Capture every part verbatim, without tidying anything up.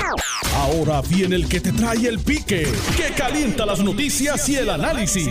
Ahora viene el que te trae el pique, que calienta las noticias y el análisis.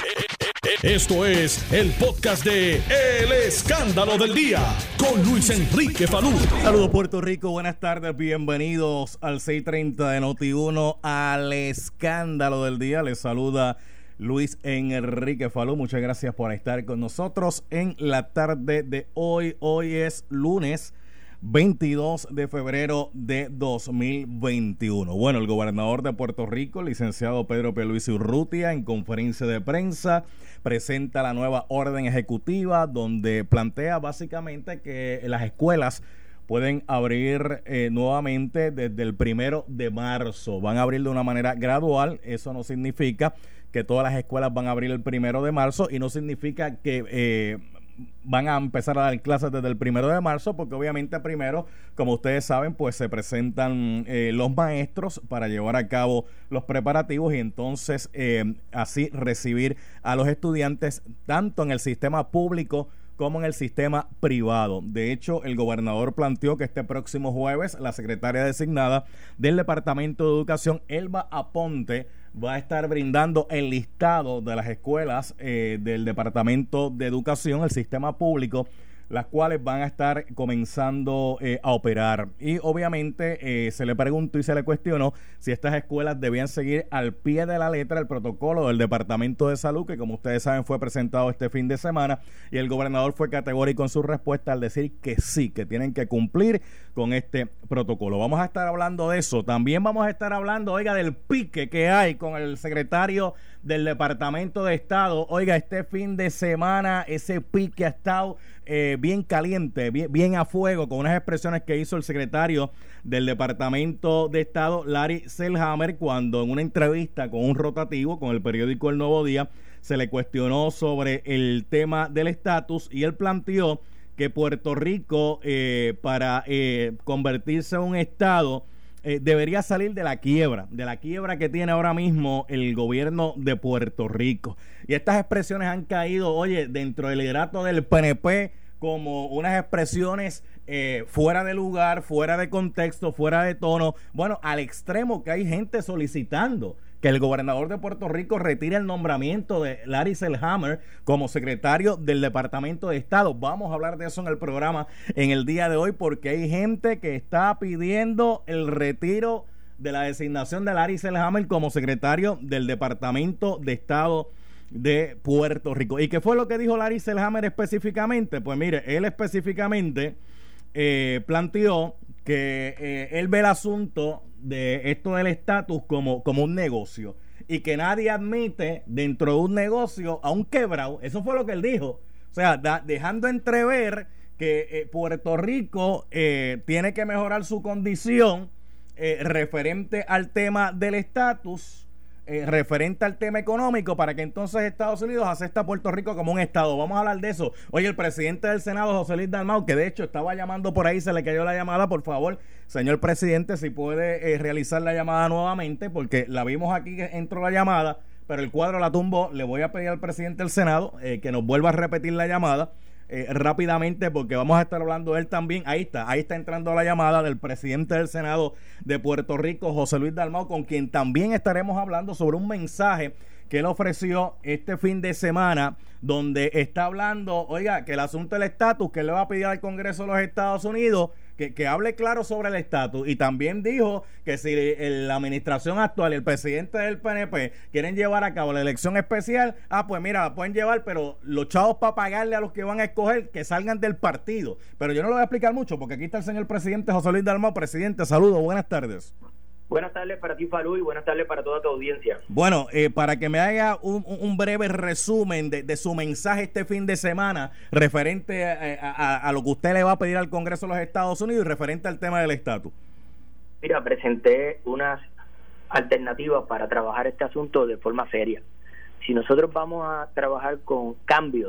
Esto es el podcast de El Escándalo del Día, con Luis Enrique Falú. Saludos Puerto Rico, buenas tardes, bienvenidos al seiscientos treinta de Noti uno, al Escándalo del Día. Les saluda Luis Enrique Falú, muchas gracias por estar con nosotros en la tarde de hoy. Hoy es lunes veintidós de febrero de dos mil veintiuno. Bueno, el gobernador de Puerto Rico, licenciado Pedro Pierluisi Urrutia, en conferencia de prensa presenta la nueva orden ejecutiva donde plantea básicamente que las escuelas pueden abrir eh, nuevamente desde el primero de marzo. Van a abrir de una manera gradual. Eso no significa que todas las escuelas van a abrir el primero de marzo y no significa que eh, van a empezar a dar clases desde el primero de marzo, porque obviamente primero, como ustedes saben, pues se presentan eh, los maestros para llevar a cabo los preparativos y entonces eh, así recibir a los estudiantes tanto en el sistema público como en el sistema privado. De hecho, el gobernador planteó que este próximo jueves la secretaria designada del Departamento de Educación, Elba Aponte, va a estar brindando el listado de las escuelas eh, del Departamento de Educación, el sistema público, las cuales van a estar comenzando eh, a operar. Y obviamente eh, se le preguntó y se le cuestionó si estas escuelas debían seguir al pie de la letra el protocolo del Departamento de Salud, que como ustedes saben fue presentado este fin de semana, y el gobernador fue categórico en su respuesta al decir que sí, que tienen que cumplir con este protocolo. Vamos a estar hablando de eso. También vamos a estar hablando, oiga, del pique que hay con el secretario del Departamento de Estado. Oiga, este fin de semana ese pique ha estado eh, bien caliente, bien, bien a fuego, con unas expresiones que hizo el secretario del Departamento de Estado, Larry Selhammer, cuando en una entrevista con un rotativo, con el periódico El Nuevo Día, se le cuestionó sobre el tema del estatus y él planteó que Puerto Rico, eh, para eh, convertirse en un estado, eh, debería salir de la quiebra, de la quiebra que tiene ahora mismo el gobierno de Puerto Rico. Y estas expresiones han caído, oye, dentro del liderato del P N P, como unas expresiones eh, fuera de lugar, fuera de contexto, fuera de tono. Bueno, al extremo que hay gente solicitando que el gobernador de Puerto Rico retire el nombramiento de Larry Selhammer como secretario del Departamento de Estado. Vamos a hablar de eso en el programa en el día de hoy, porque hay gente que está pidiendo el retiro de la designación de Larry Selhammer como secretario del Departamento de Estado de Puerto Rico. ¿Y qué fue lo que dijo Larry Selhammer específicamente? Pues mire, él específicamente eh, planteó que eh, él ve el asunto de esto del estatus como, como un negocio y que nadie admite dentro de un negocio a un quebrado. Eso fue lo que él dijo. O sea, da, dejando entrever que eh, Puerto Rico eh, tiene que mejorar su condición eh, referente al tema del estatus, Eh, referente al tema económico, para que entonces Estados Unidos acepte a Puerto Rico como un estado. Vamos a hablar de eso. Oye, el presidente del Senado, José Luis Dalmau, que de hecho estaba llamando por ahí, se le cayó la llamada. Por favor, señor presidente, si puede eh, realizar la llamada nuevamente, porque la vimos aquí que entró la llamada, pero el cuadro la tumbó. Le voy a pedir al presidente del Senado eh, que nos vuelva a repetir la llamada Eh, rápidamente, porque vamos a estar hablando de él también. Ahí está, ahí está entrando la llamada del presidente del Senado de Puerto Rico, José Luis Dalmau, con quien también estaremos hablando sobre un mensaje que él ofreció este fin de semana, donde está hablando, oiga, que el asunto del estatus, que le va a pedir al Congreso de los Estados Unidos que, que hable claro sobre el estatus, y también dijo que si el, la administración actual y el presidente del P N P quieren llevar a cabo la elección especial, ah, pues mira, la pueden llevar, pero los chavos para pagarle a los que van a escoger, que salgan del partido. Pero yo no lo voy a explicar mucho, porque aquí está el señor presidente José Luis Dalmau. Presidente, saludos, buenas tardes. Buenas tardes para ti, Falú, y buenas tardes para toda tu audiencia. Bueno, eh, para que me haga un, un breve resumen de, de su mensaje este fin de semana referente a, a, a lo que usted le va a pedir al Congreso de los Estados Unidos y referente al tema del estatus. Mira, presenté unas alternativas para trabajar este asunto de forma seria. Si nosotros vamos a trabajar con cambios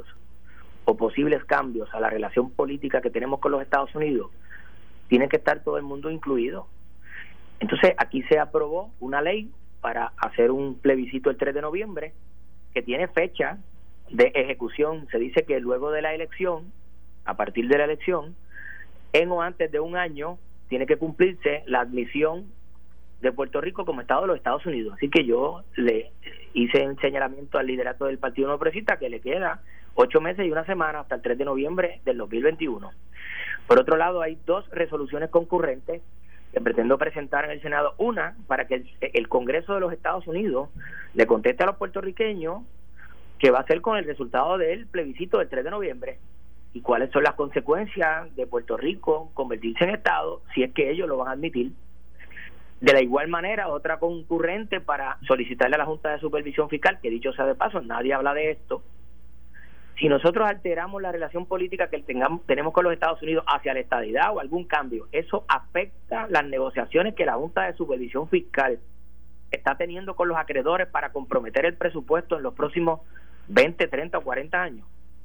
o posibles cambios a la relación política que tenemos con los Estados Unidos, tiene que estar todo el mundo incluido. Entonces, aquí se aprobó una ley para hacer un plebiscito el tres de noviembre, que tiene fecha de ejecución. Se dice que luego de la elección, a partir de la elección, en o antes de un año, tiene que cumplirse la admisión de Puerto Rico como Estado de los Estados Unidos. Así que yo le hice un señalamiento al liderato del Partido Nuevo Progresista que le queda ocho meses y una semana hasta el tres de noviembre del dos mil veintiuno. Por otro lado, hay dos resoluciones concurrentes que pretendo presentar en el Senado. Una, para que el, el Congreso de los Estados Unidos le conteste a los puertorriqueños qué va a hacer con el resultado del plebiscito del tres de noviembre y cuáles son las consecuencias de Puerto Rico convertirse en Estado si es que ellos lo van a admitir. De la igual manera, otra concurrente para solicitarle a la Junta de Supervisión Fiscal, que dicho sea de paso, nadie habla de esto. Si nosotros alteramos la relación política que tengamos, tenemos con los Estados Unidos hacia la estadidad o algún cambio, eso afecta las negociaciones que la Junta de Supervisión Fiscal está teniendo con los acreedores para comprometer el presupuesto en los próximos veinte, treinta o cuarenta años.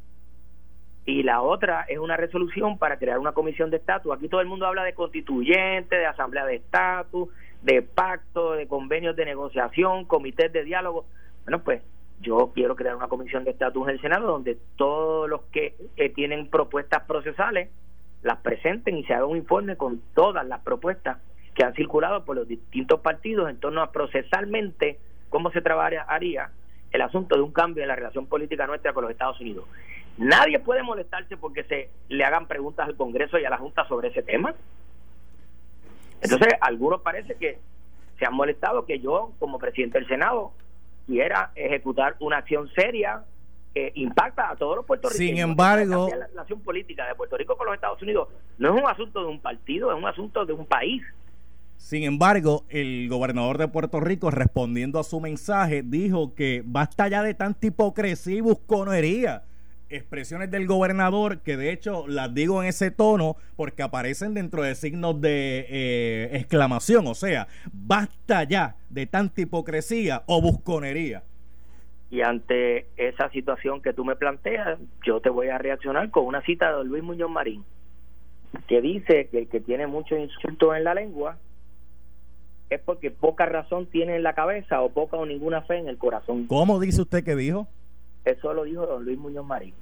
Y la otra es una resolución para crear una comisión de estatus. Aquí todo el mundo habla de constituyente, de asamblea de estatus, de pacto, de convenios de negociación, comités de diálogo. Bueno, pues yo quiero crear una comisión de estatus en el Senado donde todos los que eh, tienen propuestas procesales las presenten y se haga un informe con todas las propuestas que han circulado por los distintos partidos en torno a procesalmente cómo se trabajaría el asunto de un cambio en la relación política nuestra con los Estados Unidos. Nadie puede molestarse porque se le hagan preguntas al Congreso y a la Junta sobre ese tema. Entonces, algunos parece que se han molestado que yo, como presidente del Senado, quiera ejecutar una acción seria que impacta a todos los puertorriqueños. Sin embargo, la relación política de Puerto Rico con los Estados Unidos no es un asunto de un partido, es un asunto de un país. Sin embargo, el gobernador de Puerto Rico, respondiendo a su mensaje, dijo que basta ya de tanta hipocresía y busconería. Expresiones del gobernador que de hecho las digo en ese tono porque aparecen dentro de signos de eh, exclamación, o sea, basta ya de tanta hipocresía o busconería. Y ante esa situación que tú me planteas, yo te voy a reaccionar con una cita de don Luis Muñoz Marín, que dice que el que tiene muchos insultos en la lengua es porque poca razón tiene en la cabeza o poca o ninguna fe en el corazón. ¿Cómo dice usted que dijo? Eso lo dijo don Luis Muñoz Marín.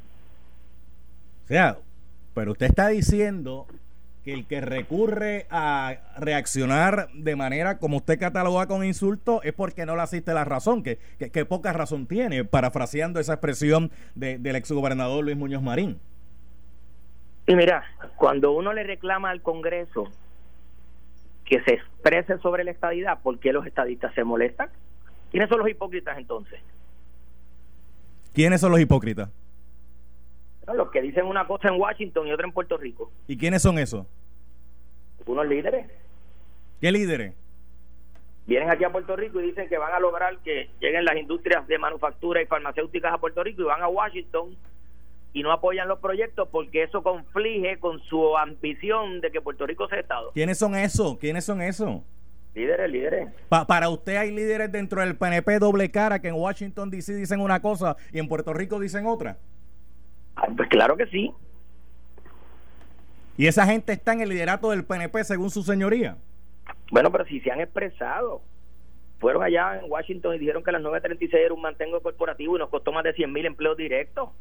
O sea, pero usted está diciendo que el que recurre a reaccionar de manera como usted cataloga con insultos es porque no le asiste la razón, que, que, que poca razón tiene, parafraseando esa expresión de, del exgobernador Luis Muñoz Marín. Y mira, cuando uno le reclama al Congreso que se exprese sobre la estadidad, ¿por qué los estadistas se molestan? ¿Quiénes son los hipócritas entonces? ¿Quiénes son los hipócritas? No, los que dicen una cosa en Washington y otra en Puerto Rico. ¿Y quiénes son esos? Unos líderes. ¿Qué líderes? Vienen aquí a Puerto Rico y dicen que van a lograr que lleguen las industrias de manufactura y farmacéuticas a Puerto Rico y van a Washington y no apoyan los proyectos porque eso conflige con su ambición de que Puerto Rico sea Estado. ¿Quiénes son esos? ¿Quiénes son esos? Líderes, líderes. Pa para usted hay líderes dentro del P N P doble cara que en Washington D C dicen una cosa y en Puerto Rico dicen otra. Ah, pues claro que sí. Y esa gente está en el liderato del P N P según su señoría. Bueno, pero si se han expresado. Fueron allá en Washington y dijeron que las nueve treinta y seis era un mantengo corporativo y nos costó más de cien mil empleos directos.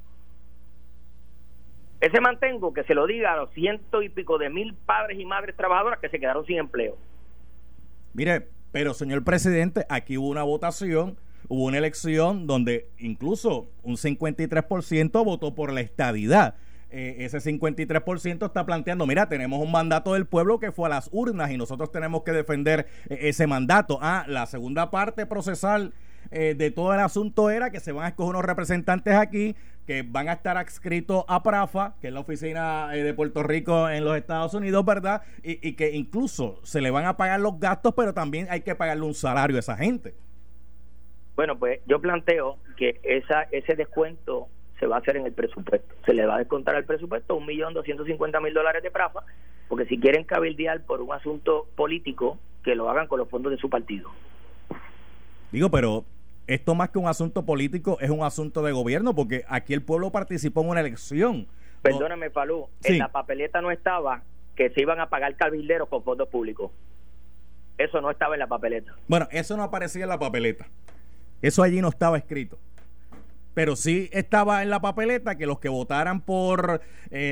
Ese mantengo, que se lo diga a los ciento y pico de mil padres y madres trabajadoras que se quedaron sin empleo. Mire, pero señor presidente, aquí hubo una votación, hubo una elección donde incluso un cincuenta y tres por ciento votó por la estadidad. Eh, ese cincuenta y tres por ciento está planteando, mira, tenemos un mandato del pueblo que fue a las urnas y nosotros tenemos que defender eh, ese mandato. Ah, la segunda parte procesal eh, de todo el asunto era que se van a escoger unos representantes aquí que van a estar adscritos a PRAFA, que es la oficina eh, de Puerto Rico en los Estados Unidos, ¿verdad? Y, y que incluso se le van a pagar los gastos, pero también hay que pagarle un salario a esa gente. Bueno, pues yo planteo que esa ese descuento se va a hacer en el presupuesto. Se le va a descontar al presupuesto un millón doscientos cincuenta mil dólares de PRAFA, porque si quieren cabildear por un asunto político, que lo hagan con los fondos de su partido. Digo, pero esto más que un asunto político es un asunto de gobierno, porque aquí el pueblo participó en una elección. Perdóname, Falú, sí. En la papeleta no estaba que se iban a pagar cabilderos con fondos públicos. Eso no estaba en la papeleta. Bueno, eso no aparecía en la papeleta. Eso allí no estaba escrito. pero sí estaba en la papeleta que los que votaran por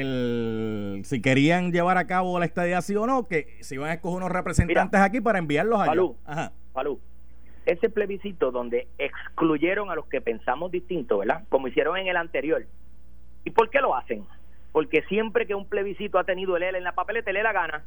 el, si querían llevar a cabo la estadía sí o no, que se iban a escoger unos representantes Mira, aquí para enviarlos allá. Falú, Ajá. Falú, ese plebiscito donde excluyeron a los que pensamos distinto, ¿verdad? Como hicieron en el anterior. ¿Y por qué lo hacen? Porque siempre que un plebiscito ha tenido el E L A en la papeleta, el E L A gana.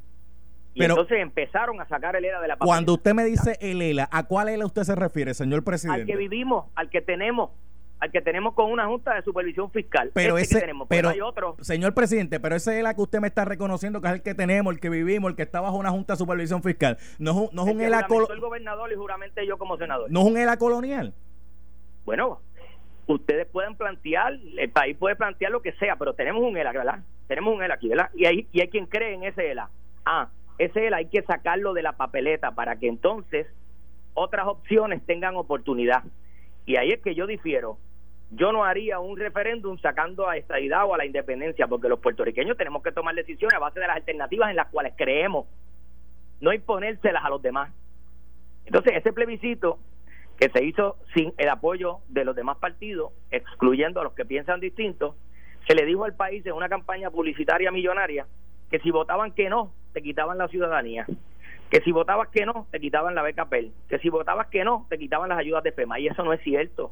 Y Pero, entonces empezaron a sacar el E L A de la papeleta. Cuando usted me dice el E L A, ¿a cuál E L A usted se refiere, señor presidente? Al que vivimos, al que tenemos, al que tenemos con una junta de supervisión fiscal. Pero este ese, que tenemos, pero, pero hay otro. Señor presidente, pero ese E L A que usted me está reconociendo que es el que tenemos, el que vivimos, el que está bajo una junta de supervisión fiscal, no es un, no es un E L A colonial. El gobernador y juramente yo como senador. ¿No es un E L A colonial? Bueno, ustedes pueden plantear, el país puede plantear lo que sea, pero tenemos un E L A, ¿verdad? Tenemos un E L A aquí, ¿verdad? Y hay, y hay quien cree en ese E L A. Ah, ese E L A hay que sacarlo de la papeleta para que entonces otras opciones tengan oportunidad. Y ahí es que yo difiero. Yo no haría un referéndum sacando a estadidad o a la independencia, porque los puertorriqueños tenemos que tomar decisiones a base de las alternativas en las cuales creemos, no imponérselas a los demás. Entonces, ese plebiscito que se hizo sin el apoyo de los demás partidos, excluyendo a los que piensan distinto, se le dijo al país en una campaña publicitaria millonaria que si votaban que no, te quitaban la ciudadanía, que si votabas que no, te quitaban la beca P E L, que si votabas que no, te quitaban las ayudas de FEMA, y eso no es cierto.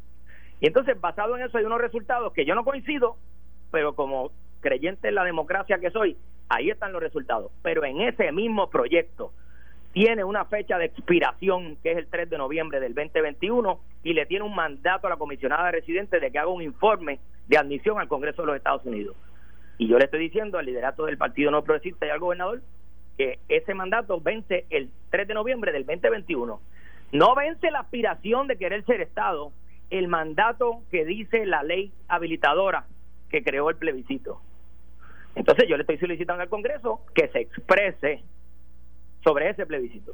Y entonces, basado en eso, hay unos resultados que yo no coincido, pero como creyente en la democracia que soy, ahí están los resultados. Pero en ese mismo proyecto tiene una fecha de expiración que es el tres de noviembre del veinte veintiuno y le tiene un mandato a la comisionada residente de que haga un informe de admisión al Congreso de los Estados Unidos. Y yo le estoy diciendo al liderato del Partido No Progresista y al gobernador que ese mandato vence el tres de noviembre del veinte veintiuno. No vence la aspiración de querer ser Estado, el mandato que dice la ley habilitadora que creó el plebiscito. Entonces yo le estoy solicitando al Congreso que se exprese sobre ese plebiscito.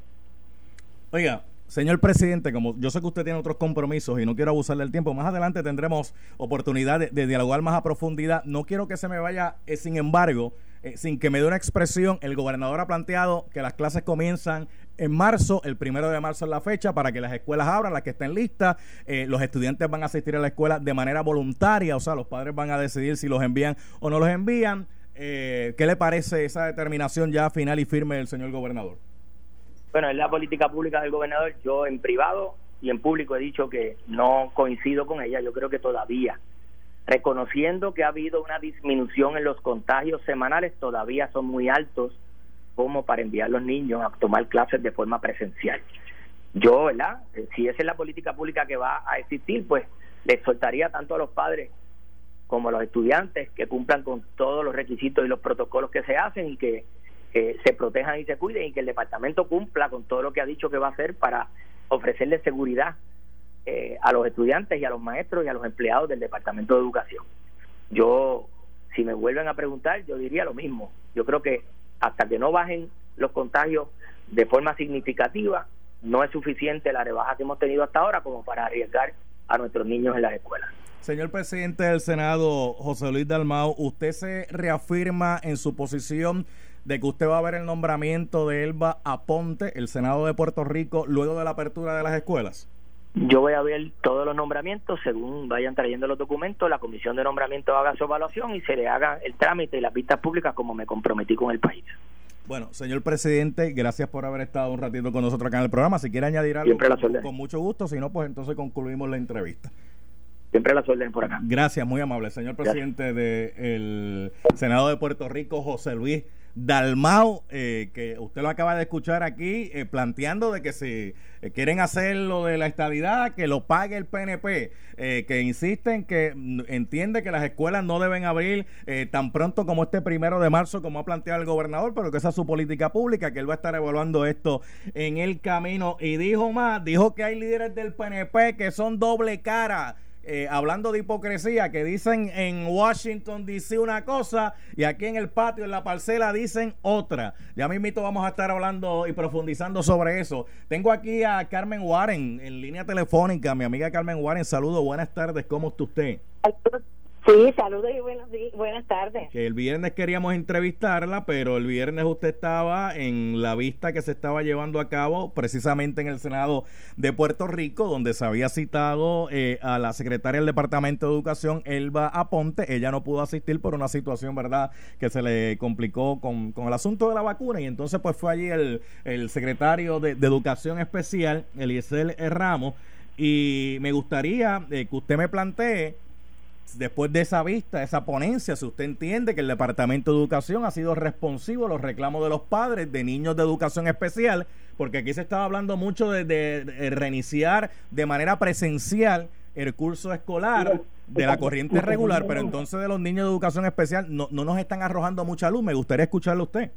Oiga, señor presidente, como yo sé que usted tiene otros compromisos y no quiero abusar del tiempo, más adelante tendremos oportunidad de, de dialogar más a profundidad. No quiero que se me vaya, eh, sin embargo, eh, sin que me dé una expresión. El gobernador ha planteado que las clases comienzan en marzo, el primero de marzo es la fecha para que las escuelas abran, las que estén listas. Eh, los estudiantes van a asistir a la escuela de manera voluntaria, o sea, los padres van a decidir si los envían o no los envían. Eh, ¿Qué le parece esa determinación ya final y firme del señor gobernador? Bueno, es la política pública del gobernador. Yo en privado y en público he dicho que no coincido con ella. Yo creo que todavía, reconociendo que ha habido una disminución en los contagios semanales, todavía son muy altos como para enviar a los niños a tomar clases de forma presencial. Yo, ¿verdad? Si esa es la política pública que va a existir, pues le exhortaría tanto a los padres como a los estudiantes que cumplan con todos los requisitos y los protocolos que se hacen y que eh, se protejan y se cuiden, y que el departamento cumpla con todo lo que ha dicho que va a hacer para ofrecerle seguridad eh, a los estudiantes y a los maestros y a los empleados del Departamento de Educación. Yo, si me vuelven a preguntar, yo diría lo mismo. Yo creo que hasta que no bajen los contagios de forma significativa, no es suficiente la rebaja que hemos tenido hasta ahora como para arriesgar a nuestros niños en las escuelas. Señor presidente del Senado, José Luis Dalmau, ¿usted se reafirma en su posición de que usted va a ver el nombramiento de Elba Aponte, el Senado de Puerto Rico, luego de la apertura de las escuelas? Yo voy a ver todos los nombramientos según vayan trayendo los documentos, la comisión de nombramiento haga su evaluación y se le haga el trámite y las vistas públicas como me comprometí con el país. Bueno, señor presidente, gracias por haber estado un ratito con nosotros acá en el programa. Si quiere añadir algo, con, con mucho gusto. Si no, pues entonces concluimos la entrevista. Siempre las órdenes por acá. Gracias, muy amable. Señor presidente del Senado de Puerto Rico, José Luis Dalmau, eh, que usted lo acaba de escuchar aquí, eh, planteando de que si eh, quieren hacer lo de la estadidad, que lo pague el P N P, eh, que insisten que entiende que las escuelas no deben abrir eh, tan pronto como este primero de marzo, como ha planteado el gobernador, pero que esa es su política pública, que él va a estar evaluando esto en el camino. Y dijo más, dijo que hay líderes del P N P que son doble cara. Eh, hablando de hipocresía, que dicen en Washington D C una cosa y aquí en el patio, en la parcela, dicen otra. Ya mismito vamos a estar hablando y profundizando sobre eso. Tengo aquí a Carmen Warren en línea telefónica. Mi amiga Carmen Warren, saludo, buenas tardes, ¿cómo está usted? Sí, saludos y buenos días, buenas tardes. Que el viernes queríamos entrevistarla, pero el viernes usted estaba en la vista que se estaba llevando a cabo precisamente en el Senado de Puerto Rico, donde se había citado eh, a la secretaria del Departamento de Educación, Elba Aponte. Ella no pudo asistir por una situación, ¿verdad?, que se le complicó con, con el asunto de la vacuna, y entonces pues fue allí el, el secretario de, de Educación Especial, Eliezer Ramos, y me gustaría eh, que usted me plantee, después de esa vista, esa ponencia, si usted entiende que el Departamento de Educación ha sido responsivo a los reclamos de los padres de niños de educación especial, porque aquí se estaba hablando mucho de, de, de reiniciar de manera presencial el curso escolar de la corriente regular, pero entonces de los niños de educación especial no, no nos están arrojando mucha luz. Me gustaría escucharlo a usted.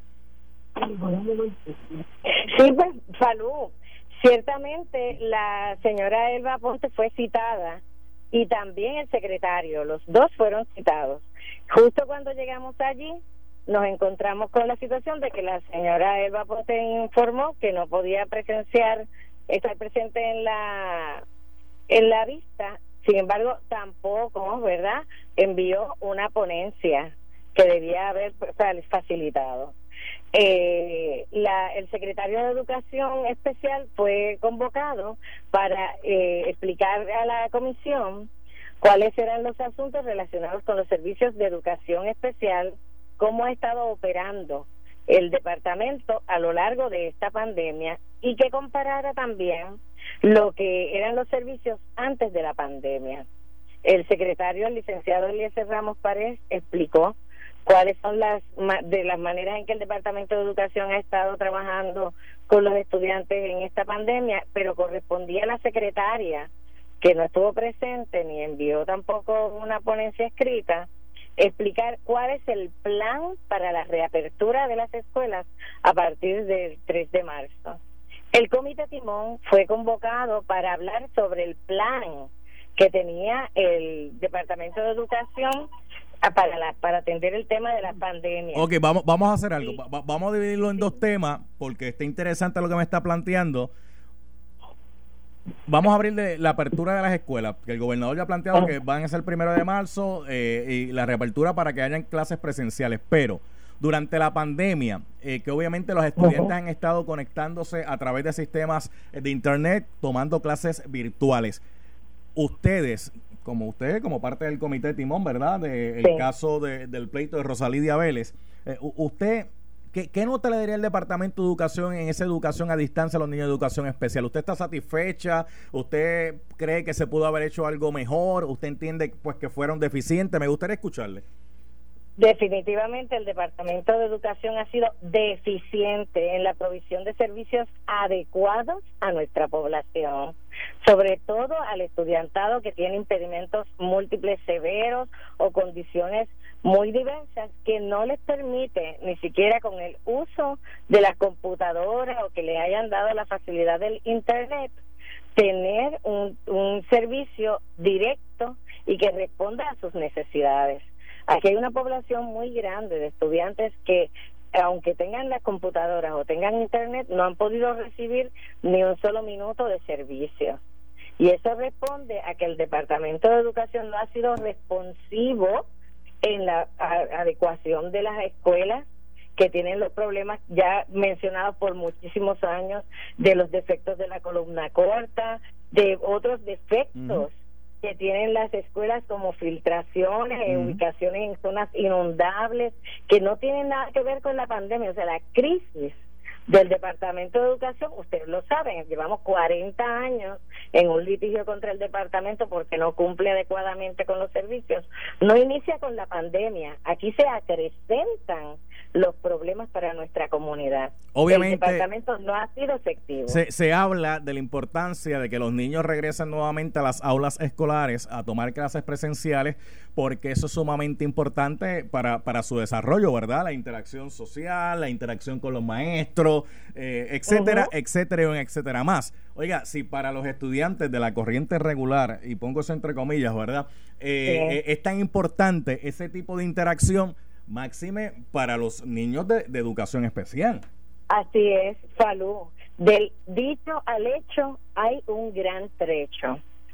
Sí, pues, Falú, ciertamente la señora Elba Aponte fue citada y también el secretario, los dos fueron citados. Justo cuando llegamos allí, nos encontramos con la situación de que la señora Elba Aponte informó que no podía presenciar, estar presente en la en la vista. Sin embargo, tampoco, ¿verdad?, envió una ponencia que debía haber facilitado. Eh, la, el secretario de Educación Especial fue convocado para eh, explicar a la comisión cuáles eran los asuntos relacionados con los servicios de educación especial, cómo ha estado operando el departamento a lo largo de esta pandemia, y que comparara también lo que eran los servicios antes de la pandemia. El secretario, el licenciado Eliezer Ramos Párez, explicó cuáles son las de las maneras en que el Departamento de Educación ha estado trabajando con los estudiantes en esta pandemia, pero correspondía a la secretaria, que no estuvo presente ni envió tampoco una ponencia escrita, explicar cuál es el plan para la reapertura de las escuelas a partir del tres de marzo. El Comité Timón fue convocado para hablar sobre el plan que tenía el Departamento de Educación para la, para atender el tema de la pandemia. Ok, vamos, vamos a hacer algo. Sí. Va, vamos a dividirlo en dos temas, porque está interesante lo que me está planteando. Vamos a abrir de la apertura de las escuelas, que el gobernador ya ha planteado oh. que van a ser el primero de marzo eh, y la reapertura para que hayan clases presenciales, pero durante la pandemia, eh, que obviamente los estudiantes uh-huh. han estado conectándose a través de sistemas de internet, tomando clases virtuales. Ustedes, como usted, como parte del Comité Timón, ¿verdad?, de, el sí. caso de, del pleito de Rosalía Vélez, eh, usted, ¿qué, ¿qué nota le daría el Departamento de Educación en esa educación a distancia a los niños de educación especial? ¿Usted está satisfecha? ¿Usted cree que se pudo haber hecho algo mejor? ¿Usted entiende pues que fueron deficientes? Me gustaría escucharle. Definitivamente el Departamento de Educación ha sido deficiente en la provisión de servicios adecuados a nuestra población, sobre todo al estudiantado que tiene impedimentos múltiples severos o condiciones muy diversas que no les permite ni siquiera con el uso de las computadoras o que le hayan dado la facilidad del internet tener un, un servicio directo y que responda a sus necesidades. Aquí hay una población muy grande de estudiantes que, aunque tengan las computadoras o tengan internet, no han podido recibir ni un solo minuto de servicio. Y eso responde a que el Departamento de Educación no ha sido responsivo en la a, adecuación de las escuelas que tienen los problemas ya mencionados por muchísimos años, de los defectos de la columna corta, de otros defectos uh-huh. que tienen las escuelas, como filtraciones, uh-huh. ubicaciones en zonas inundables, que no tienen nada que ver con la pandemia. O sea, la crisis del Departamento de Educación, ustedes lo saben, llevamos cuarenta años en un litigio contra el departamento porque no cumple adecuadamente con los servicios. No inicia con la pandemia, aquí se acrecentan los problemas para nuestra comunidad. Obviamente, el departamento no ha sido efectivo. Se, se habla de la importancia de que los niños regresen nuevamente a las aulas escolares a tomar clases presenciales, porque eso es sumamente importante para, para su desarrollo, ¿verdad? La interacción social, la interacción con los maestros, eh, etcétera, uh-huh. etcétera, y etcétera más. Oiga, si para los estudiantes de la corriente regular, y pongo eso entre comillas, ¿verdad? Eh, sí. eh, es tan importante ese tipo de interacción, máxime para los niños de, de educación especial. Así es, Falú. Del dicho al hecho hay un gran trecho.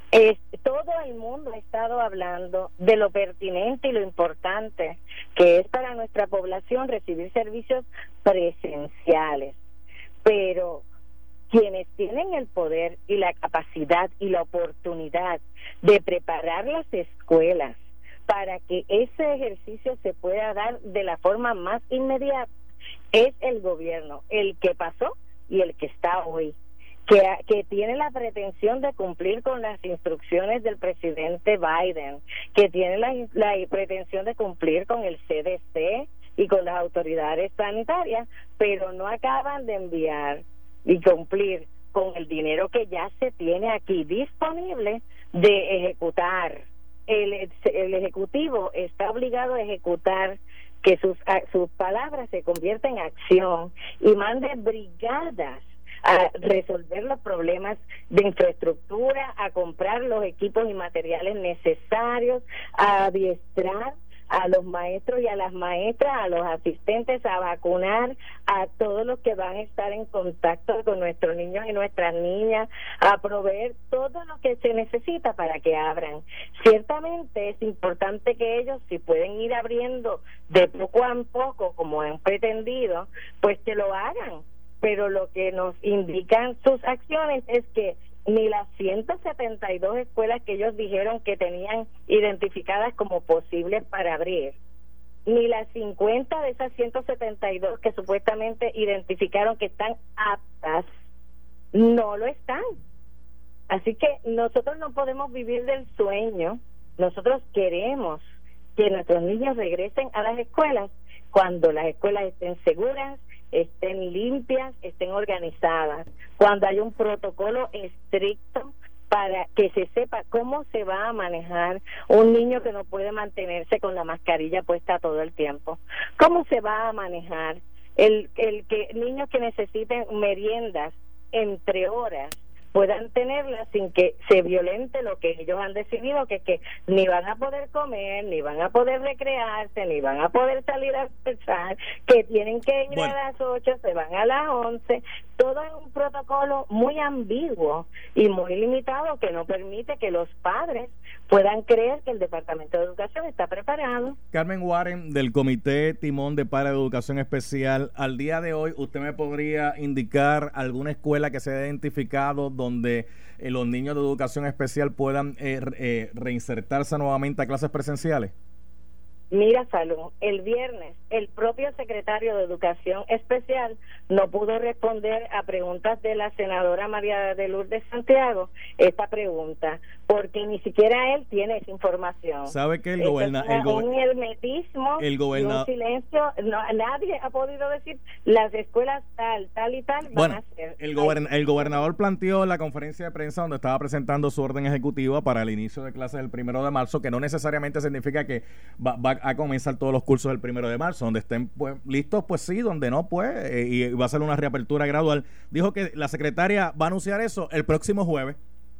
Es, todo el mundo ha estado hablando de lo pertinente y lo importante que es para nuestra población recibir servicios presenciales, pero quienes tienen el poder y la capacidad y la oportunidad de preparar las escuelas para que ese ejercicio se pueda dar de la forma más inmediata es el gobierno, el que pasó y el que está hoy. Que, que tiene la pretensión de cumplir con las instrucciones del presidente Biden, que tiene la, la pretensión de cumplir con el C D C y con las autoridades sanitarias, pero no acaban de enviar y cumplir con el dinero que ya se tiene aquí disponible de ejecutar. El, el Ejecutivo está obligado a ejecutar, que sus, sus palabras se conviertan en acción y mande brigadas a resolver los problemas de infraestructura, a comprar los equipos y materiales necesarios, a adiestrar a los maestros y a las maestras, a los asistentes, a vacunar a todos los que van a estar en contacto con nuestros niños y nuestras niñas, a proveer todo lo que se necesita para que abran. Ciertamente es importante que ellos, si pueden ir abriendo de poco a poco, como han pretendido, pues que lo hagan. Pero lo que nos indican sus acciones es que ni las ciento setenta y dos escuelas que ellos dijeron que tenían identificadas como posibles para abrir, ni las cincuenta de esas ciento setenta y dos que supuestamente identificaron que están aptas, no lo están. Así que nosotros no podemos vivir del sueño. Nosotros queremos que nuestros niños regresen a las escuelas cuando las escuelas estén seguras, estén limpias, estén organizadas, cuando hay un protocolo estricto para que se sepa cómo se va a manejar un niño que no puede mantenerse con la mascarilla puesta todo el tiempo, cómo se va a manejar el, el que niños que necesiten meriendas entre horas puedan tenerlas sin que se violente lo que ellos han decidido, que es que ni van a poder comer, ni van a poder recrearse, ni van a poder salir a pensar, que tienen que ir bueno. a las ocho, se van a las once. Todo es un protocolo muy ambiguo y muy limitado que no permite que los padres puedan creer que el Departamento de Educación está preparado. Carmen Warren, del Comité Timón de Padres de Educación Especial, al día de hoy, ¿usted me podría indicar alguna escuela que se haya identificado donde eh, los niños de educación especial puedan eh, eh, reinsertarse nuevamente a clases presenciales? Mira, Salud, el viernes el propio secretario de Educación Especial no pudo responder a preguntas de la senadora María de Lourdes Santiago esta pregunta, porque ni siquiera él tiene esa información. ¿Sabe que el gobernador... Es un hermetismo, el goberna- un silencio, no, nadie ha podido decir las escuelas tal, tal y tal van bueno, a ser. El, gobern- el gobernador planteó en la conferencia de prensa donde estaba presentando su orden ejecutiva para el inicio de clases el primero de marzo, que no necesariamente significa que va, va a comenzar todos los cursos el primero de marzo, donde estén pues, listos, pues sí, donde no, pues, eh, y va a ser una reapertura gradual. Dijo que la secretaria va a anunciar eso el próximo jueves.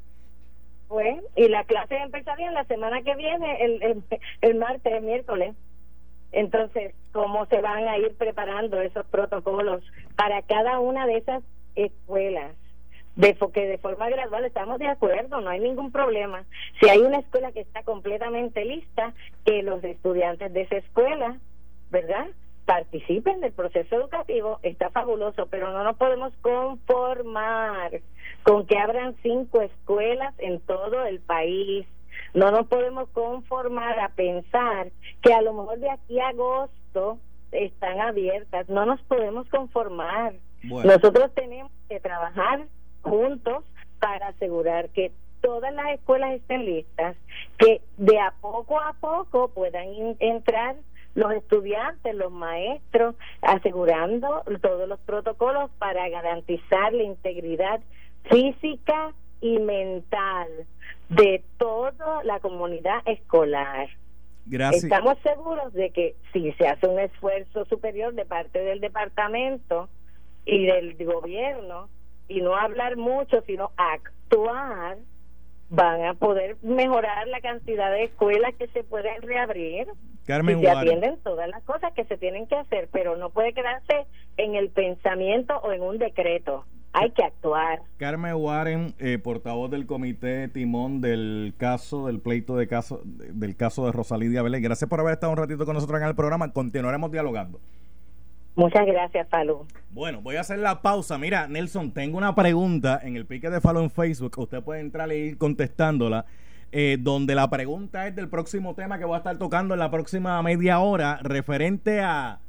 Pues, y las clases empezarían la semana que viene, el, el, el martes, el miércoles. Entonces, ¿cómo se van a ir preparando esos protocolos para cada una de esas escuelas? De que de forma gradual estamos de acuerdo, no hay ningún problema. Si hay una escuela que está completamente lista, que los estudiantes de esa escuela, ¿verdad?, participen del proceso educativo, está fabuloso, pero no nos podemos conformar con que abran cinco escuelas en todo el país. No nos podemos conformar a pensar que a lo mejor de aquí a agosto están abiertas. No nos podemos conformar. Bueno. Nosotros tenemos que trabajar juntos para asegurar que todas las escuelas estén listas, que de a poco a poco puedan in- entrar los estudiantes, los maestros, asegurando todos los protocolos para garantizar la integridad física y mental de toda la comunidad escolar. Gracias. Estamos seguros de que si se hace un esfuerzo superior de parte del departamento y del gobierno, y no hablar mucho, sino actuar, van a poder mejorar la cantidad de escuelas que se pueden reabrir. Carmen y se Warren. atienden todas las cosas que se tienen que hacer, pero no puede quedarse en el pensamiento o en un decreto. hay que actuar. Carmen Warren, eh, portavoz del comité timón del caso, del pleito de caso, del caso de Rosalía Vélez. Gracias por haber estado un ratito con nosotros en el programa. Continuaremos dialogando. Muchas gracias, Falú. Bueno, voy a hacer la pausa. Mira, Nelson, tengo una pregunta en el pique de Falú en Facebook. Usted puede entrar e ir contestándola. Eh, donde la pregunta es del próximo tema que voy a estar tocando en la próxima media hora, referente a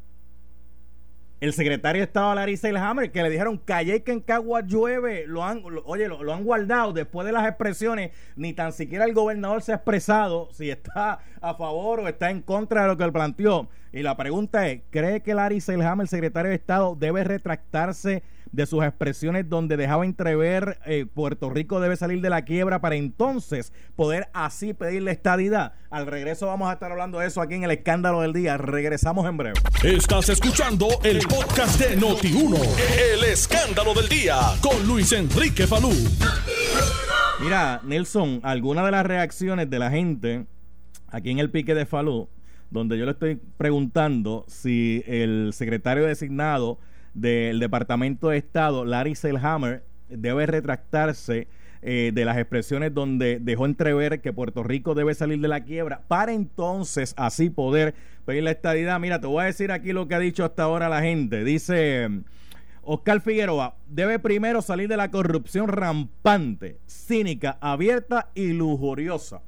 el secretario de Estado Larry Selhammer, que le dijeron calle que en Cagua llueve, lo han, lo, oye, lo, lo han guardado después de las expresiones. Ni tan siquiera el gobernador se ha expresado si está a favor o está en contra de lo que él planteó. Y la pregunta es, ¿cree que Larry Selhammer, el secretario de Estado, debe retractarse de sus expresiones donde dejaba entrever eh, Puerto Rico debe salir de la quiebra para entonces poder así pedirle estadidad? Al regreso vamos a estar hablando de eso aquí en el Escándalo del Día. Regresamos en breve. Estás escuchando el podcast de Noti uno, el Escándalo del Día, con Luis Enrique Falú. Mira, Nelson, algunas de las reacciones de la gente aquí en el pique de Falú, donde yo le estoy preguntando si el secretario designado del Departamento de Estado, Larry Selhammer, debe retractarse eh, de las expresiones donde dejó entrever que Puerto Rico debe salir de la quiebra para entonces así poder pedir la estadidad. Mira, te voy a decir aquí lo que ha dicho hasta ahora la gente. Dice Oscar Figueroa, debe primero salir de la corrupción rampante, cínica, abierta y lujuriosa.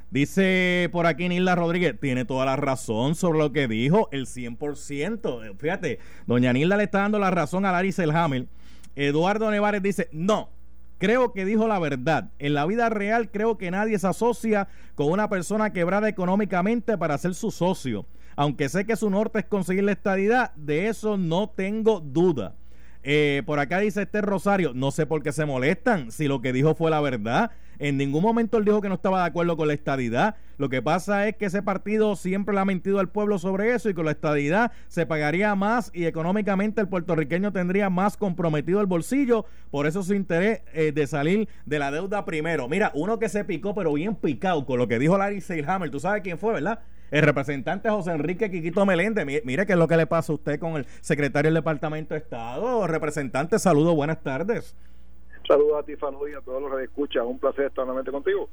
Dice por aquí Nilda Rodríguez, tiene toda la razón sobre lo que dijo, el cien por ciento. Fíjate, doña Nilda le está dando la razón a Larry Selhammer. Eduardo Nevares dice, no, creo que dijo la verdad. En la vida real creo que nadie se asocia con una persona quebrada económicamente para ser su socio. Aunque sé que su norte es conseguir la estadidad, de eso no tengo duda. Eh, por acá dice Esther Rosario, no sé por qué se molestan si lo que dijo fue la verdad. En ningún momento él dijo que no estaba de acuerdo con la estadidad. Lo que pasa es que ese partido siempre le ha mentido al pueblo sobre eso, y con la estadidad se pagaría más y económicamente el puertorriqueño tendría más comprometido el bolsillo. Por eso su interés eh, de salir de la deuda primero. Mira, uno que se picó, pero bien picado con lo que dijo Larry Selhammer. Tú sabes quién fue, ¿verdad? El representante José Enrique Quiquito Meléndez. Mire, mire qué es lo que le pasa a usted con el secretario del Departamento de Estado. Representante, saludos, buenas tardes. Saludos a ti, Falú, y a todos los que escuchan. Un placer estar nuevamente contigo.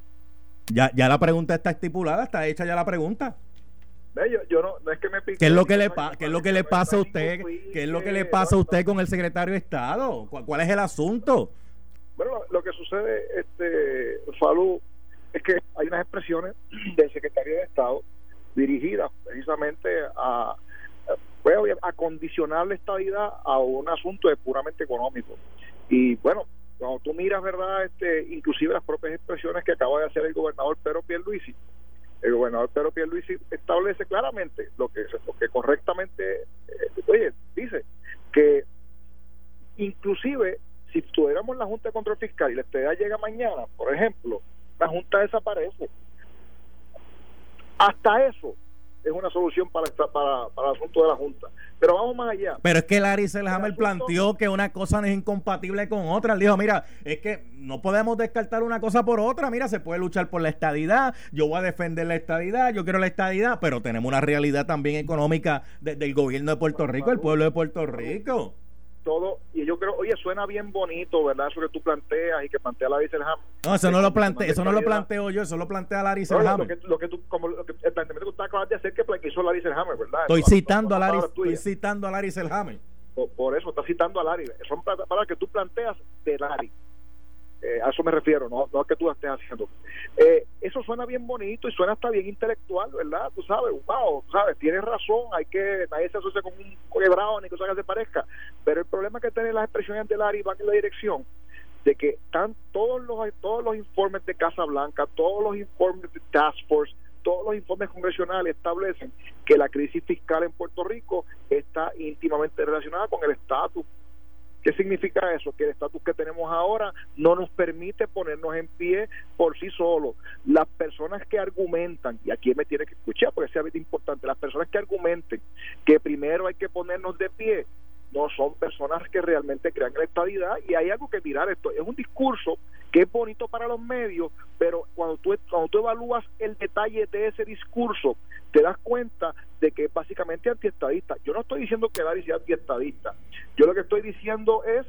Ya, ya la pregunta está estipulada, está hecha ya la pregunta. Ve, yo, yo no, no es que me pique. ¿Qué es lo que le pasa? ¿Qué es lo que le pasa a usted? ¿Qué es lo que le pasa a usted con el secretario de Estado? ¿Cuál, cuál es el asunto? Bueno, lo, lo que sucede, este, Falú, es que hay unas expresiones del secretario de Estado dirigidas precisamente a, a, a condicionar la estadidad a un asunto de puramente económico. Y bueno, cuando tú miras, ¿verdad? Este, inclusive las propias expresiones que acaba de hacer el gobernador Pedro Pierluisi, el gobernador Pedro Pierluisi establece claramente lo que, lo que correctamente, eh, oye, dice que inclusive si tuviéramos la Junta de Control Fiscal y la estadidad llega mañana, por ejemplo, la Junta desaparece. Hasta eso es una solución para, para, para el asunto de la Junta. Pero vamos más allá. Pero es que Larry Selhammer planteó que una cosa no es incompatible con otra. Él dijo, mira, es que no podemos descartar una cosa por otra. Mira, se puede luchar por la estadidad, yo voy a defender la estadidad, yo quiero la estadidad, pero tenemos una realidad también económica de, del gobierno de Puerto Rico, el pueblo de Puerto Rico. Todo, y yo creo, oye, suena bien bonito, ¿verdad? Eso que tú planteas y que plantea Larry Selhammer. No, eso no lo planteo, eso no lo planteo yo, eso lo plantea Larry Selhammer. Lo que, lo que tú, como lo que, el planteamiento que tú acabas de hacer que hizo Larry Selhammer, ¿verdad? Estoy eso, citando a Larry, estoy citando a Larry Selhammer. Por, por eso, estás citando a Larry. Son palabras que tú planteas de Larry. Eh, a eso me refiero, no, no a que tú estés haciendo. Eh, eso suena bien bonito y suena hasta bien intelectual, ¿verdad? Tú sabes, wow, tú sabes, tienes razón, hay que, nadie se asocia con un quebrado ni cosa que se parezca, pero el problema que tienen las expresiones de Larry van en la dirección de que están todos los todos los informes de Casa Blanca, todos los informes de Task Force, todos los informes congresionales establecen que la crisis fiscal en Puerto Rico está íntimamente relacionada con el estatus. ¿Qué significa eso? Que el estatus que tenemos ahora no nos permite ponernos en pie por sí solos. Las personas que argumentan, y aquí me tiene que escuchar porque es importante, las personas que argumenten que primero hay que ponernos de pie, no son personas que realmente crean en la estadidad, y hay algo que mirar. Esto es un discurso que es bonito para los medios, pero cuando tú, cuando tú evalúas el detalle de ese discurso, te das cuenta de que es básicamente antiestadista. Yo no estoy diciendo que Larry sea antiestadista, yo lo que estoy diciendo es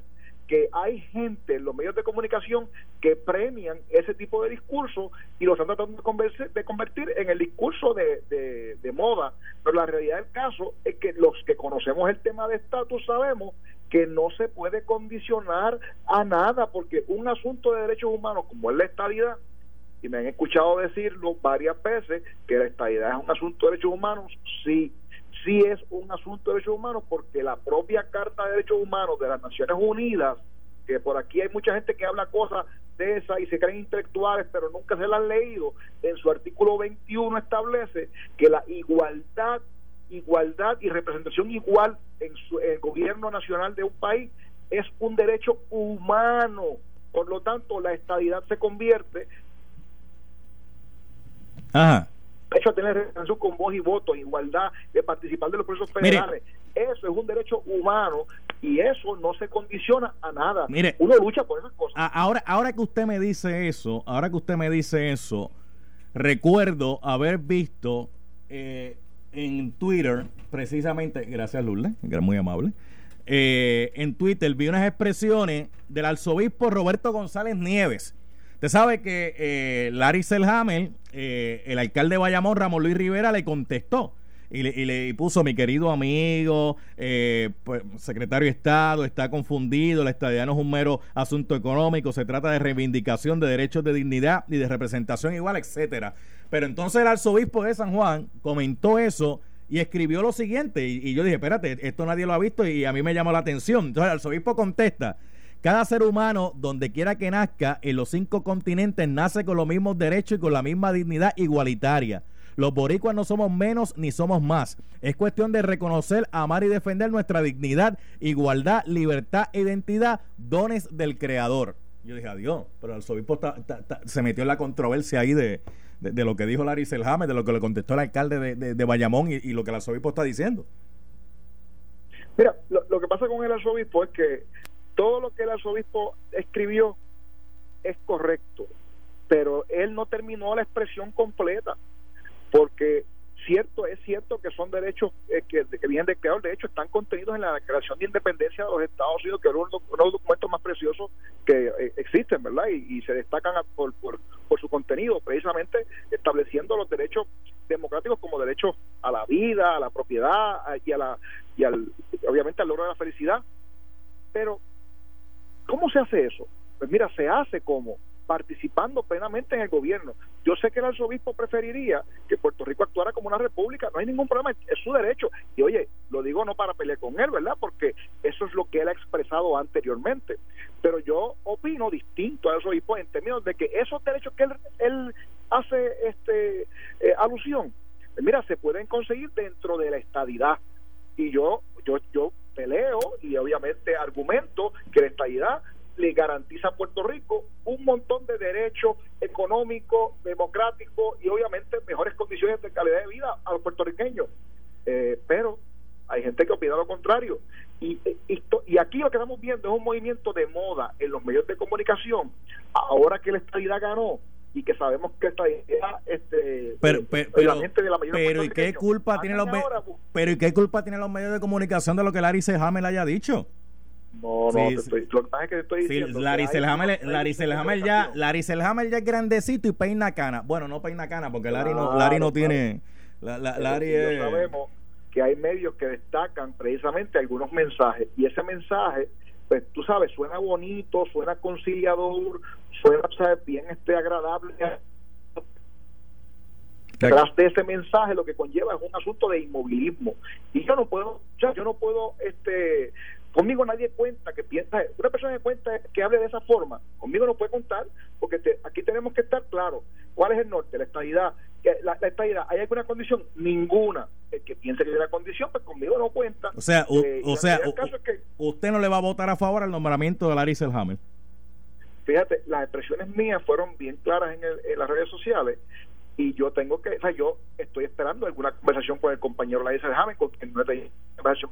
que hay gente en los medios de comunicación que premian ese tipo de discurso y lo están tratando de convertir, de convertir en el discurso de, de, de moda, pero la realidad del caso es que los que conocemos el tema de estatus sabemos que no se puede condicionar a nada, porque un asunto de derechos humanos como es la estadidad, y me han escuchado decirlo varias veces, que la estadidad es un asunto de derechos humanos, sí, sí es un asunto de derechos humanos, porque la propia Carta de Derechos Humanos de las Naciones Unidas, que por aquí hay mucha gente que habla cosas de esas y se creen intelectuales, pero nunca se las han leído, en su artículo veintiuno establece que la igualdad, igualdad y representación igual en, su, en el gobierno nacional de un país es un derecho humano. Por lo tanto, la estadidad se convierte Ajá. derecho a tener representación con voz y voto, igualdad, de participar de los procesos federales. Mire, eso es un derecho humano y eso no se condiciona a nada. Mire, uno lucha por esas cosas. Ahora, ahora que usted me dice eso, ahora que usted me dice eso, recuerdo haber visto eh, en Twitter, precisamente, gracias Lourdes, que era muy amable, eh, en Twitter vi unas expresiones del arzobispo Roberto González Nieves. Usted sabe que eh, Larry Selhammer, eh, el alcalde de Bayamón, Ramón Luis Rivera, le contestó y le, y le puso: mi querido amigo, eh, pues, secretario de Estado, está confundido, la estadidad no es un mero asunto económico, se trata de reivindicación de derechos de dignidad y de representación igual, etcétera. Pero entonces el arzobispo de San Juan comentó eso y escribió lo siguiente, y, y yo dije, espérate, esto nadie lo ha visto y a mí me llamó la atención. Entonces el arzobispo contesta: cada ser humano, donde quiera que nazca, en los cinco continentes, nace con los mismos derechos y con la misma dignidad igualitaria. Los boricuas no somos menos ni somos más. Es cuestión de reconocer, amar y defender nuestra dignidad, igualdad, libertad e identidad, dones del Creador. Yo dije, adiós, pero el arzobispo está, está, está, se metió en la controversia ahí de, de, de lo que dijo Larry Selhammer, de lo que le contestó el alcalde de, de, de Bayamón y, y lo que el arzobispo está diciendo. Mira, lo, lo que pasa con el arzobispo es que todo lo que el arzobispo escribió es correcto, pero él no terminó la expresión completa, porque cierto es cierto que son derechos eh, que, que vienen del Creador. De hecho, están contenidos en la Declaración de Independencia de los Estados Unidos, que es uno, uno de los documentos más preciosos que eh, existen, ¿verdad? Y, y se destacan a, por, por, por su contenido, precisamente estableciendo los derechos democráticos como derechos a la vida, a la propiedad y a la y al obviamente al logro de la felicidad. Pero ¿cómo se hace eso? Pues mira, se hace como participando plenamente en el gobierno. Yo sé que el arzobispo preferiría que Puerto Rico actuara como una república, no hay ningún problema, es su derecho. Y oye, lo digo no para pelear con él, ¿verdad? Porque eso es lo que él ha expresado anteriormente. Pero yo opino distinto al arzobispo en términos de que esos derechos que él, él hace este eh, alusión, pues mira, se pueden conseguir dentro de la estadidad. Y yo, yo, yo peleo y obviamente argumento que la estadidad le garantiza a Puerto Rico un montón de derechos económicos, democráticos y obviamente mejores condiciones de calidad de vida a los puertorriqueños. Eh, pero hay gente que opina lo contrario. Y, y, y aquí lo que estamos viendo es un movimiento de moda en los medios de comunicación, ahora que la estadidad ganó y que sabemos que esta idea este pero pero, pero, de la pero ¿y qué culpa tienen los ahora, pero ¿y qué culpa tienen los medios de comunicación de lo que Larry Selhammer le haya dicho? No, no, sí, te estoy, lo que pasa es que te estoy sí, diciendo Larry Selhammer, hay, Larry Selhammer ya Larry Selhammer ya es grandecito y peina cana. Bueno, no peina cana porque Larry claro, no Larry no claro. tiene la, la, Larry es... sabemos que hay medios que destacan precisamente algunos mensajes y ese mensaje, pues tú sabes, suena bonito, suena conciliador, suena, sabes, bien este agradable. Tras de ese mensaje lo que conlleva es un asunto de inmovilismo y yo no puedo, yo no puedo este conmigo nadie cuenta que piensa, una persona que cuenta que hable de esa forma, conmigo no puede contar, porque te, aquí tenemos que estar claros, ¿cuál es el norte? La estadidad, la, la estadidad, ¿hay alguna condición? Ninguna. El que piense que hay una condición, pues conmigo no cuenta. O sea, u, eh, o sea, el caso es que, usted no le va a votar a favor al nombramiento de Larry Selhammer. Fíjate, las expresiones mías fueron bien claras en, el, en las redes sociales y yo tengo que, o sea, yo estoy esperando alguna conversación con el compañero Larry Selhammer, con quien no he tenido conversación.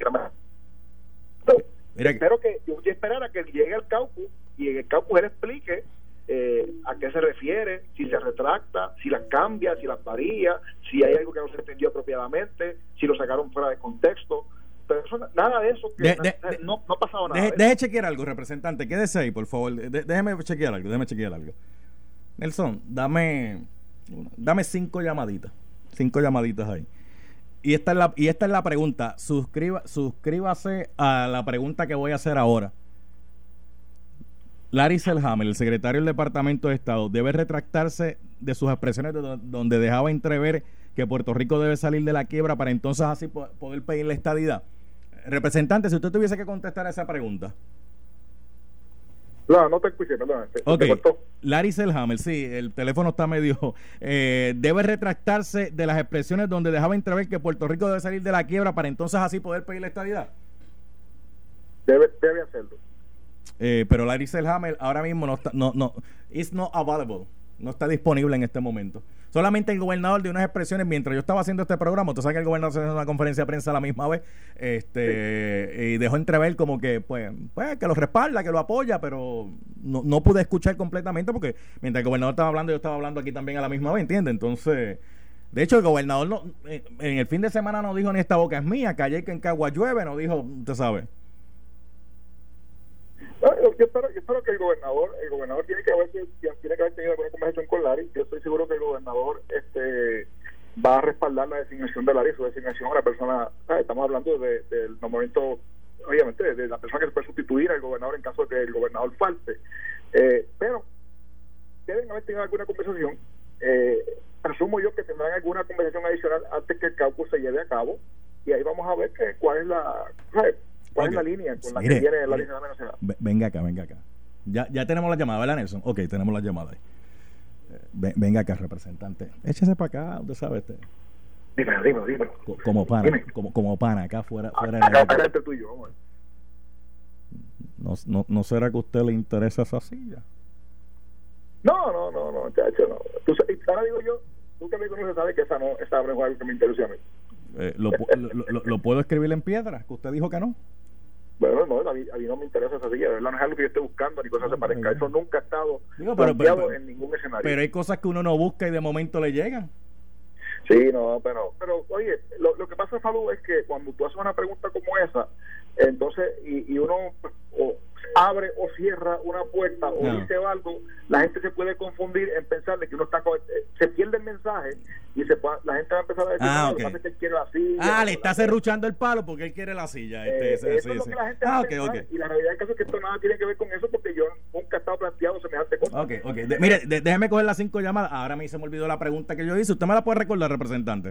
Mira, espero que yo voy a esperar a que llegue al caucus y en el caucus él explique eh, a qué se refiere, si se retracta, si las cambia, si las varía, si hay algo que no se entendió apropiadamente, si lo sacaron fuera de contexto. Pero eso, nada de eso, que de, de, no, de, no, no ha pasado nada. Deje, deje chequear algo, representante. Quédese ahí, por favor. De, déjeme chequear algo, déjeme chequear algo. Nelson, dame, dame cinco llamaditas. Cinco llamaditas ahí. Y esta es la, y esta es la pregunta. Suscriba, suscríbase a la pregunta que voy a hacer ahora. Larry Selhammer, el secretario del Departamento de Estado, debe retractarse de sus expresiones de do, donde dejaba entrever que Puerto Rico debe salir de la quiebra para entonces así po poder pedir la estadidad. Representante, si usted tuviese que contestar a esa pregunta. No, no te escuché, perdón. Ok, Larry Selhammer, sí, el teléfono está medio... Eh, debe retractarse de las expresiones donde dejaba entrever que Puerto Rico debe salir de la quiebra para entonces así poder pedir la estadidad. Debe, debe hacerlo. Eh, pero Larry Selhammer ahora mismo no está, no, no, is not available, no está disponible en este momento. Solamente el gobernador dio unas expresiones mientras yo estaba haciendo este programa. Tú sabes que el gobernador se hizo una conferencia de prensa a la misma vez, este, sí. Y dejó entrever como que, pues, pues, que lo respalda, que lo apoya, pero no, no pude escuchar completamente porque mientras el gobernador estaba hablando, yo estaba hablando aquí también a la misma vez, ¿entiendes? Entonces, de hecho, el gobernador no, en el fin de semana no dijo ni esta boca es mía, que ayer que en Cagua llueve, no dijo, usted sabe. No, yo, yo, espero, yo espero que el gobernador el gobernador tiene que haber tiene que haber tenido alguna conversación con Larry. Yo estoy seguro que el gobernador este va a respaldar la designación de Larry, su designación a la persona, ¿sabes? Estamos hablando de, del nombramiento, obviamente, de, de la persona que se puede sustituir al gobernador en caso de que el gobernador falte, eh, pero deben haber tenido alguna conversación. eh, asumo yo que tendrán alguna conversación adicional antes que el caucus se lleve a cabo, y ahí vamos a ver que, cuál es la, ¿sabes? ¿Cuál okay. es la línea con la mire, que viene la línea de la nacional? Venga acá, venga acá. Ya, ya tenemos la llamada, ¿verdad, Nelson? Ok, tenemos la llamada ahí. Venga acá, representante. Échese para acá, usted sabe. Este. Dímelo, dímelo, dímelo. Como pana, como, como pana, acá fuera. fuera acá, acá entre tú y yo, vamos a ver. No, no, ¿No será que a usted le interesa esa silla? No, no, no, no, chacho, no. Tú, ahora digo yo, tú que me conoces sabes que esa no, esa no es algo que me interesa a mí. Eh, lo, lo, lo, ¿Lo puedo escribir en piedra? Que usted dijo que no. Bueno, no, a mí, a mí no me interesa esa silla, ¿verdad? No es algo que yo esté buscando ni cosas no, se parezca. Eso nunca ha estado Digo, pero, planteado pero, pero, en ningún escenario. Pero hay cosas que uno no busca y de momento le llegan. Sí, no, pero, pero oye, lo, lo que pasa, Falú, es que cuando tú haces una pregunta como esa, entonces, y, y uno o abre o cierra una puerta o no. dice algo, la gente se puede confundir en pensar de que uno está, se pierde el mensaje y se la gente va a empezar a decir, ah, no, okay. lo que pasa es que él quiere la silla. Ah, le está serruchando el palo porque él quiere la silla. Este, eh, ese, eso sí, es lo sí. que la gente ah, va okay, a okay. Y la realidad del caso es que esto nada tiene que ver con eso porque yo nunca he estado planteado semejante cosa. Ok, ok. De, mire, de, déjeme coger las cinco llamadas. Ahora me se me olvidó la pregunta que yo hice. ¿Usted me la puede recordar, representante?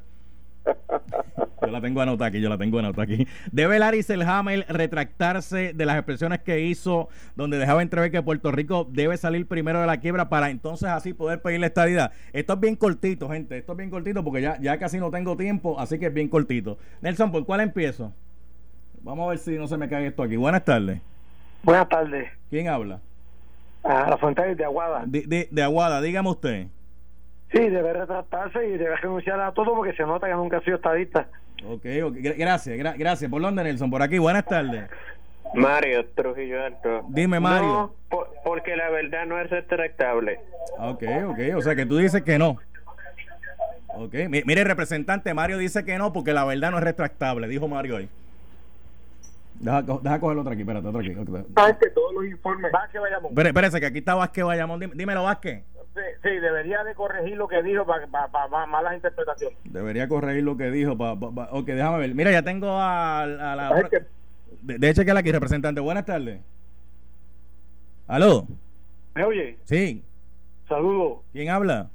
Yo la tengo anotada aquí, yo la tengo anotada aquí. ¿Debe Larry Selhammer retractarse de las expresiones que hizo donde dejaba entrever que Puerto Rico debe salir primero de la quiebra para entonces así poder pedir la estadidad? Esto es bien cortito, gente, esto es bien cortito porque ya, ya casi no tengo tiempo, así que es bien cortito. Nelson, ¿por cuál empiezo? Vamos a ver si no se me cae esto aquí. Buenas tardes. Buenas tardes. ¿Quién habla? A la Fuente de Aguada. De, de, de Aguada, dígame usted. Sí, debe retractarse y debe renunciar a todo porque se nota que nunca ha sido estadista. Ok, okay. Gracias, gra gracias. ¿Por dónde, Nelson? Por aquí, buenas tardes. Mario Trujillo Alto. Dime, Mario. No, por, porque la verdad no es retractable. Ok, ok, o sea que tú dices que no. Ok, M mire, representante, Mario dice que no porque la verdad no es retractable, dijo Mario ahí. Deja, deja coger otra aquí, espérate, otra aquí. Sabes que todos los informes. Vázquez Bayamón. Espérate, espérate, que aquí está Vázquez Bayamón. Dime, dímelo, Vázquez. Sí, sí, debería de corregir lo que dijo para pa, pa, pa, malas interpretaciones. Debería corregir lo que dijo. Pa, pa, pa. Ok, déjame ver. Mira, ya tengo a, a la... Que... De, de chequear aquí, representante. Buenas tardes. ¿Aló? ¿Me oye? Sí. Saludos. ¿Quién habla?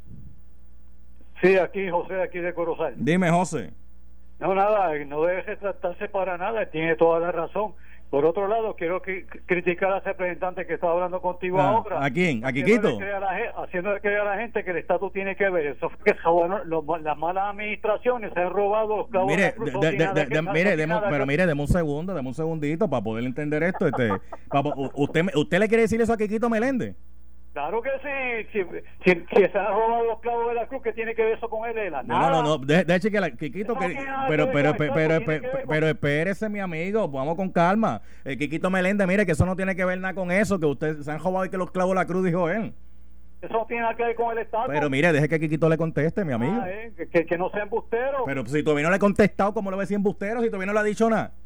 Sí, aquí José, aquí de Corozal. Dime, José. No, nada, no debe retractarse para nada, tiene toda la razón. Por otro lado, quiero que, criticar al representante que estaba hablando contigo ah, ahora. ¿A quién? ¿A Quiquito? Haciéndole creer a la gente que el Estado tiene que ver. Eso fue que bueno, los, las malas administraciones se han robado los clavos. Mire, de, de, de, de, de, mire demo, pero mire, deme un segundo, deme un segundito para poder entender esto. Este, para, usted, ¿Usted le quiere decir eso a Quiquito Meléndez? Claro que sí, si, si, si se han robado los clavos de la cruz, ¿qué tiene que ver eso con él? La no, no, no, no, de, de chequear, Quiquito, que, pero, pero, pero, pero, pero, pero espérese, mi amigo, vamos con calma. El Quiquito Meléndez, mire que eso no tiene que ver nada con eso, que usted se han robado y que los clavos de la cruz, dijo él. Eso no tiene nada que ver con el Estado. Pero mire, deje que Quiquito le conteste, mi amigo. Ah, eh, que, que no sea embustero. Pero si todavía no le he contestado, ¿cómo lo ve si embustero? Si todavía no le ha dicho nada.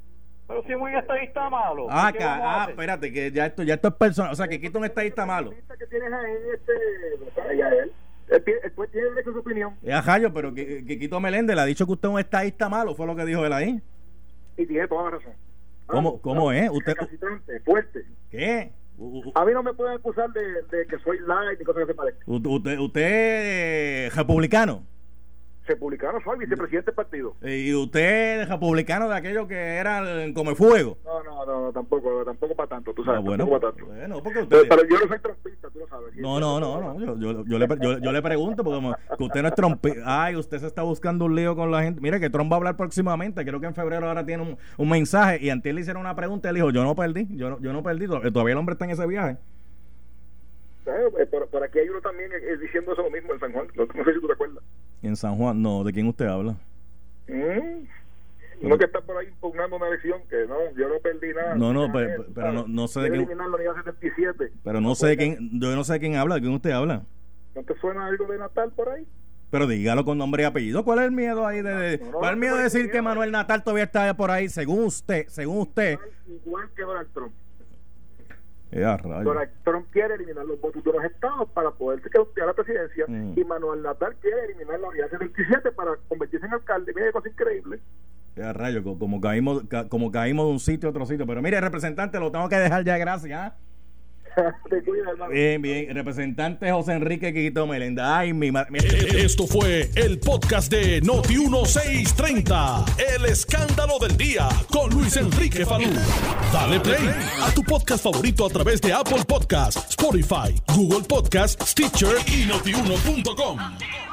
Pero si es un estadista malo. Ah, ¿qué que, vamos a ah hacer? espérate, que ya esto, ya esto es personal. O sea, que quita un estadista malo. que tienes ahí, este, no sabe ya él. Él, tiene- él puede- tiene derecho a su opinión Es a Jayo, pero que, que Quito Meléndez le ha dicho que usted es un estadista malo, fue lo que dijo él ahí. y tiene toda la razón. ¿Cómo, Vamos, cómo vamos, es? Usted, recalcitrante, fuerte. ¿qué? U- u- A mí no me pueden acusar de, de que soy light y cosas que se parezcan. u- Usted, usted es republicano. Republicano soy, vicepresidente del partido. Y usted es republicano de aquellos que eran come fuego. No, no, no, no, tampoco, tampoco para tanto, tú Ah, sabes, bueno, tampoco para tanto. bueno, porque Pero, usted... pero yo no soy trompista, tú lo sabes. No, no, no, no. Yo, yo, yo, le, yo, yo le pregunto porque como que usted no es trompi. Ay, usted se está buscando un lío con la gente. Mire que Trump va a hablar próximamente. Creo que en febrero ahora tiene un, un mensaje. Y antes le hicieron una pregunta y él dijo, yo no perdí. Yo no, yo no perdí. Todavía el hombre está en ese viaje. ¿Sabes? Eh, Por, por aquí hay uno también eh, eh, diciendo eso mismo en San Juan. No, no sé si tú te acuerdas. En San Juan. No, ¿de quién usted habla? Mm. Uno que está por ahí impugnando una elección que no, yo no perdí nada. No, no, Ya, pero, eh, pero no, no sé de quiere quién. eliminar la unidad setenta y siete. Pero no sé de quién. Yo no sé de quién habla. ¿De quién usted habla? ¿No te suena algo de Natal por ahí? Pero dígalo con nombre y apellido. ¿Cuál es el miedo ahí de, de- No, no, ¿Cuál es el miedo de no, decir no, que no. Manuel Natal todavía está por ahí? Según usted, según usted. Igual, igual que Donald Trump. Eh, a rayos. Donald Trump quiere eliminar los votos de los estados para poder quedar la presidencia Mm. y Manuel Natal quiere eliminar la unidad setenta y siete para convertirse en alcalde. Mira qué cosa increíble. Ya rayo, co- como caímos, ca- como caímos de un sitio a otro sitio. Pero mire, representante, lo tengo que dejar ya, gracias. ¿ah? Te cuida, hermano. Bien, bien. Representante José Enrique Quito Melenda. Ay, mi madre. Esto fue el podcast de Noti dieciséis treinta, el escándalo del día con Luis Enrique Falú. Dale play a tu podcast favorito a través de Apple Podcasts, Spotify, Google Podcasts, Stitcher y notiuno punto com.